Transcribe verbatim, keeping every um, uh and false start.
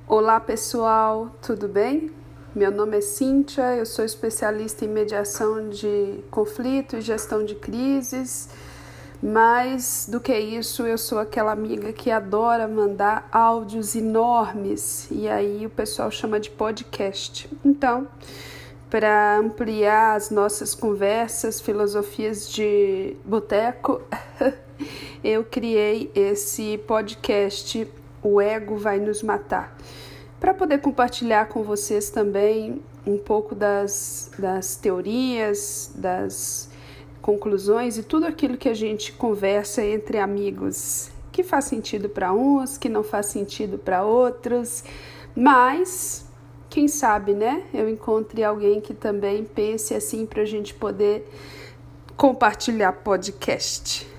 Olá pessoal, tudo bem? Meu nome é Cíntia, eu sou especialista em mediação de conflito e gestão de crises, mais do que isso, eu sou aquela amiga que adora mandar áudios enormes e aí o pessoal chama de podcast. Então, para ampliar as nossas conversas, filosofias de boteco, eu criei esse podcast O Ego Vai Nos Matar, para poder compartilhar com vocês também um pouco das, das teorias, das conclusões e tudo aquilo que a gente conversa entre amigos, que faz sentido para uns, que não faz sentido para outros, mas quem sabe, né? Eu encontre alguém que também pense assim para a gente poder compartilhar podcast.